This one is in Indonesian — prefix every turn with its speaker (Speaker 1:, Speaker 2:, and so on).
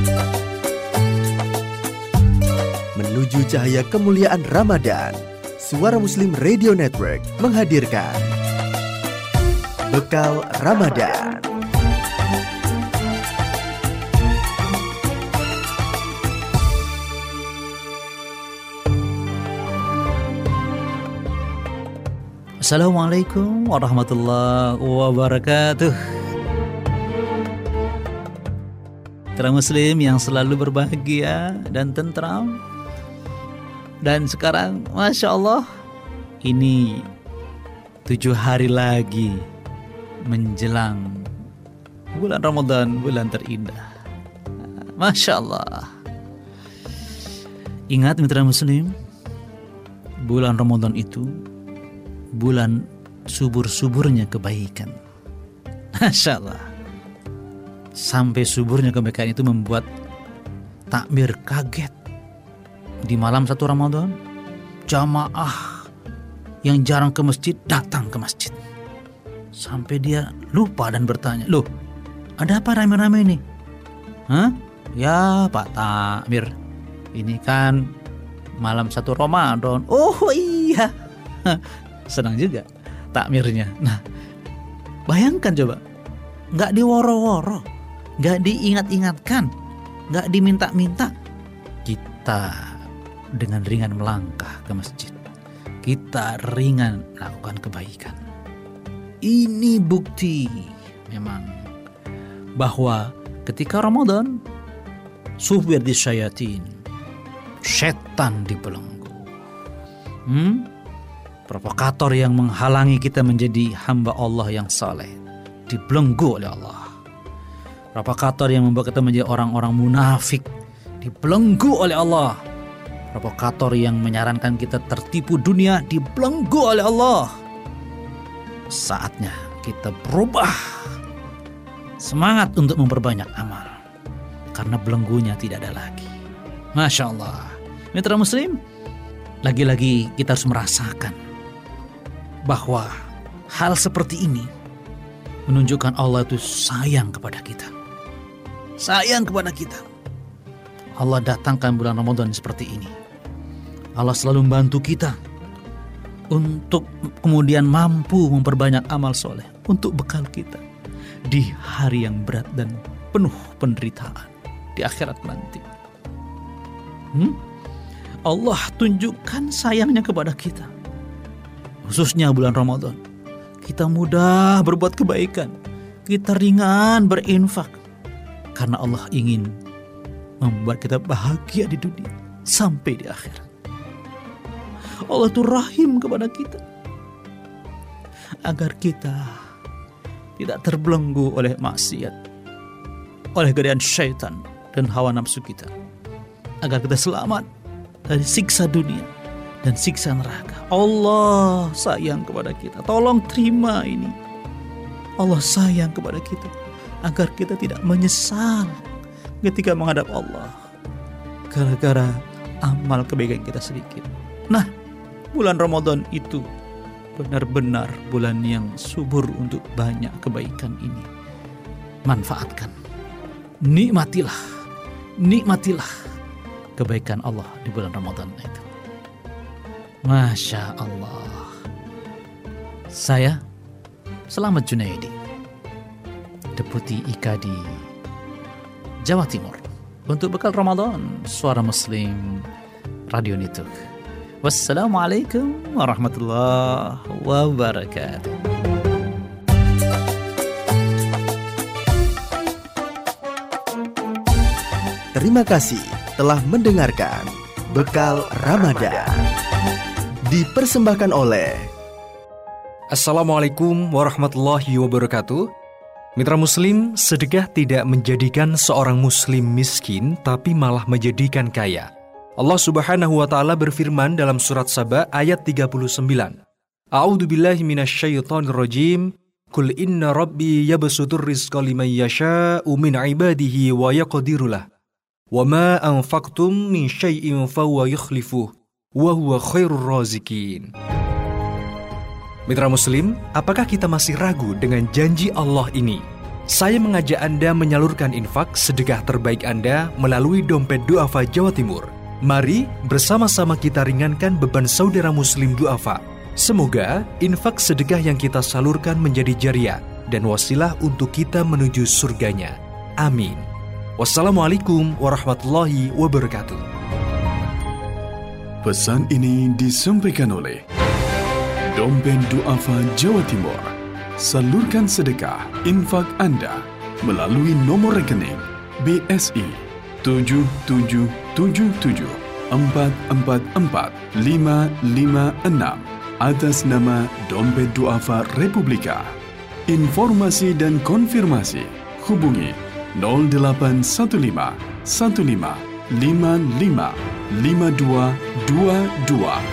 Speaker 1: Menuju cahaya kemuliaan Ramadan, Suara Muslim Radio Network menghadirkan Bekal Ramadan.
Speaker 2: Assalamualaikum warahmatullahi wabarakatuh. Mitra Muslim yang selalu berbahagia dan tentram. Dan sekarang Masya Allah, ini 7 hari lagi menjelang bulan Ramadan, bulan terindah. Masya Allah. Ingat mitra Muslim, bulan Ramadan itu bulan subur-suburnya kebaikan. Masya Allah. Sampai suburnya kebaikan itu membuat takmir kaget. Di malam 1 Ramadan, jamaah yang jarang ke masjid datang ke masjid. Sampai dia lupa dan bertanya, "Loh, ada apa rame-rame ini?" "Hah? Ya Pak Takmir, ini kan malam 1 Ramadan." "Oh iya." Senang juga takmirnya. Nah, bayangkan coba, gak diworo-woro, gak diingat-ingatkan, gak diminta-minta, kita dengan ringan melangkah ke masjid. Kita ringan melakukan kebaikan. Ini bukti memang bahwa ketika Ramadan, subir di syayatin, setan dibelenggu. Provokator yang menghalangi kita menjadi hamba Allah yang saleh dibelenggu oleh Allah. Provokator yang membuat kita menjadi orang-orang munafik dibelenggu oleh Allah. Provokator yang menyarankan kita tertipu dunia dibelenggu oleh Allah. Saatnya kita berubah, semangat untuk memperbanyak amal, karena belenggunya tidak ada lagi. Masya Allah. Mitra Muslim, lagi-lagi kita harus merasakan bahwa hal seperti ini menunjukkan Allah itu sayang kepada kita. Sayang kepada kita. Allah datangkan bulan Ramadan seperti ini. Allah selalu membantu kita untuk kemudian mampu memperbanyak amal soleh untuk bekal kita di hari yang berat dan penuh penderitaan di akhirat nanti. Allah tunjukkan sayangnya kepada kita, khususnya bulan Ramadan. Kita mudah berbuat kebaikan, kita ringan berinfak, karena Allah ingin membuat kita bahagia di dunia sampai di akhirat. Allah itu rahim kepada kita, agar kita tidak terbelenggu oleh maksiat, oleh godaan syaitan dan hawa nafsu kita, agar kita selamat dari siksa dunia dan siksa neraka. Allah sayang kepada kita. Tolong terima ini. Allah sayang kepada kita, agar kita tidak menyesal ketika menghadap Allah gara-gara amal kebaikan kita sedikit. Nah, bulan Ramadan itu benar-benar bulan yang subur untuk banyak kebaikan ini. Manfaatkan, nikmatilah kebaikan Allah di bulan Ramadan itu. Masya Allah. Saya Selamat Junaidi, Deputi IKADI Jawa Timur, untuk bekal Ramadan Suara Muslim Radio Network. Wassalamualaikum warahmatullahi wabarakatuh.
Speaker 1: Terima kasih telah mendengarkan Bekal Ramadan. Dipersembahkan oleh
Speaker 3: Assalamualaikum warahmatullahi wabarakatuh. Mitra Muslim, sedekah tidak menjadikan seorang Muslim miskin, tapi malah menjadikan kaya. Allah Subhanahu wa Ta'ala berfirman dalam surat Saba ayat 39. A'udzu billahi minasyaitonir rajim. Qul inna rabbi yabsutur rizqa liman yasha'u min 'ibadihi wa yaqdiru lah. Wa ma anfaqtum min syai'in fahuwa yukhlifuh wa huwa khairur raziqin. Mitra Muslim, apakah kita masih ragu dengan janji Allah ini? Saya mengajak Anda menyalurkan infak sedekah terbaik Anda melalui dompet Du'afa Jawa Timur. Mari bersama-sama kita ringankan beban saudara muslim du'afa. Semoga infak sedekah yang kita salurkan menjadi jariah dan wasilah untuk kita menuju surganya. Amin. Wassalamualaikum warahmatullahi wabarakatuh.
Speaker 4: Pesan ini disampaikan oleh Dompet Du'afa Jawa Timur. Salurkan sedekah infak Anda melalui nomor rekening BSI 7777444556 atas nama Dompet Du'afa Republika. Informasi dan konfirmasi hubungi 0815 15 55 5222.